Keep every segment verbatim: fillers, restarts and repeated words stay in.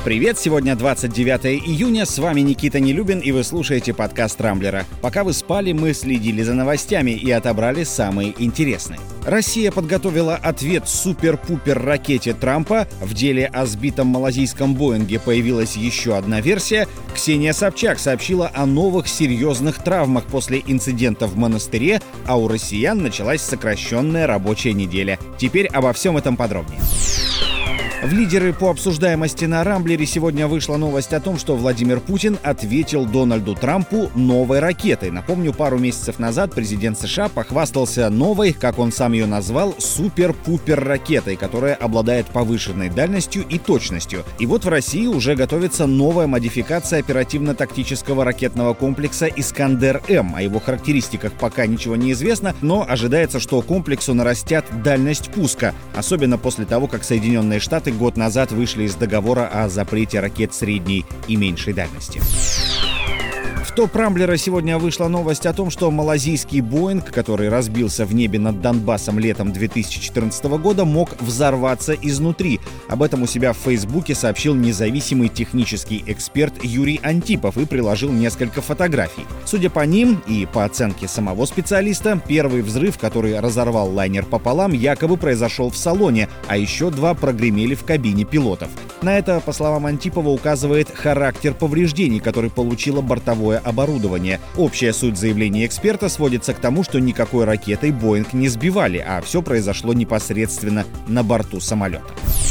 Привет, сегодня двадцать девятое июня, с вами Никита Нелюбин, и вы слушаете подкаст Рамблера. Пока вы спали, мы следили за новостями и отобрали самые интересные. Россия подготовила ответ супер-пупер ракете Трампа. В деле о сбитом малазийском Боинге появилась еще одна версия. Ксения Собчак сообщила о новых серьезных травмах после инцидента в монастыре, а у россиян началась сокращенная рабочая неделя. Теперь обо всем этом подробнее. В лидеры по обсуждаемости на Рамблере сегодня вышла новость о том, что Владимир Путин ответил Дональду Трампу новой ракетой. Напомню, пару месяцев назад президент США похвастался новой, как он сам ее назвал, супер-пупер ракетой, которая обладает повышенной дальностью и точностью. И вот в России уже готовится новая модификация оперативно-тактического ракетного комплекса «Искандер-М». О его характеристиках пока ничего не известно, но ожидается, что комплексу нарастят дальность пуска, особенно после того, как Соединенные Штаты год назад вышли из договора о запрете ракет средней и меньшей дальности. В топ Рамблера сегодня вышла новость о том, что малазийский Боинг, который разбился в небе над Донбассом летом две тысячи четырнадцатого года, мог взорваться изнутри. Об этом у себя в Фейсбуке сообщил независимый технический эксперт Юрий Антипов и приложил несколько фотографий. Судя по ним и по оценке самого специалиста, первый взрыв, который разорвал лайнер пополам, якобы произошел в салоне, а еще два прогремели в кабине пилотов. На это, по словам Антипова, указывает характер повреждений, который получило бортовое оборудование. Общая суть заявления эксперта сводится к тому, что никакой ракетой Боинг не сбивали, а все произошло непосредственно на борту самолета.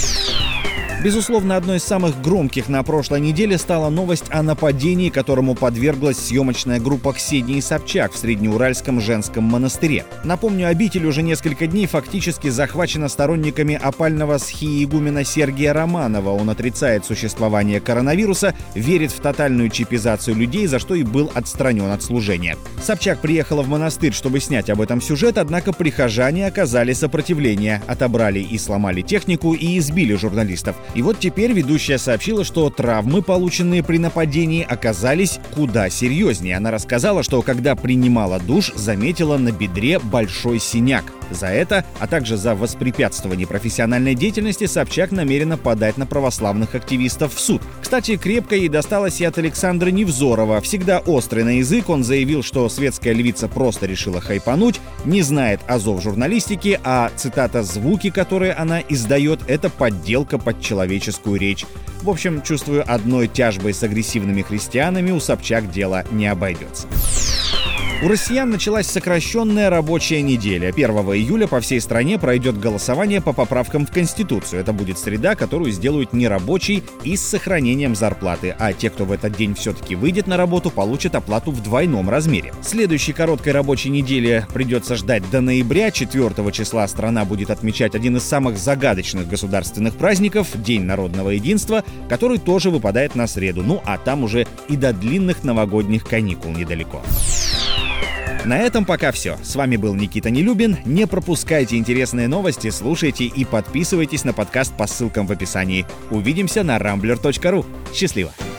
Безусловно, одной из самых громких на прошлой неделе стала новость о нападении, которому подверглась съемочная группа Ксении Собчак в Среднеуральском женском монастыре. Напомню, обитель уже несколько дней фактически захвачена сторонниками опального схиегумена Сергия Романова. Он отрицает существование коронавируса, верит в тотальную чипизацию людей, за что и был отстранен от служения. Собчак приехала в монастырь, чтобы снять об этом сюжет, однако прихожане оказали сопротивление, отобрали и сломали технику и избили журналистов. И вот теперь ведущая сообщила, что травмы, полученные при нападении, оказались куда серьезнее. Она рассказала, что когда принимала душ, заметила на бедре большой синяк. За это, а также за воспрепятствование профессиональной деятельности, Собчак намерена подать на православных активистов в суд. Кстати, крепко ей досталось и от Александра Невзорова. Всегда острый на язык, он заявил, что светская львица просто решила хайпануть, не знает азов журналистики, а, цитата, «звуки, которые она издает, это подделка под человеческую речь». В общем, чувствую, одной тяжбой с агрессивными христианами у Собчак дело не обойдется. У россиян началась сокращенная рабочая неделя. первого июля по всей стране пройдет голосование по поправкам в Конституцию. Это будет среда, которую сделают нерабочей и с сохранением зарплаты. А те, кто в этот день все-таки выйдет на работу, получат оплату в двойном размере. Следующей короткой рабочей недели придется ждать до ноября. четвёртого числа страна будет отмечать один из самых загадочных государственных праздников — День народного единства, который тоже выпадает на среду. Ну а там уже и до длинных новогодних каникул недалеко. На этом пока все. С вами был Никита Нелюбин. Не пропускайте интересные новости, слушайте и подписывайтесь на подкаст по ссылкам в описании. Увидимся на рамблер точка ру. Счастливо!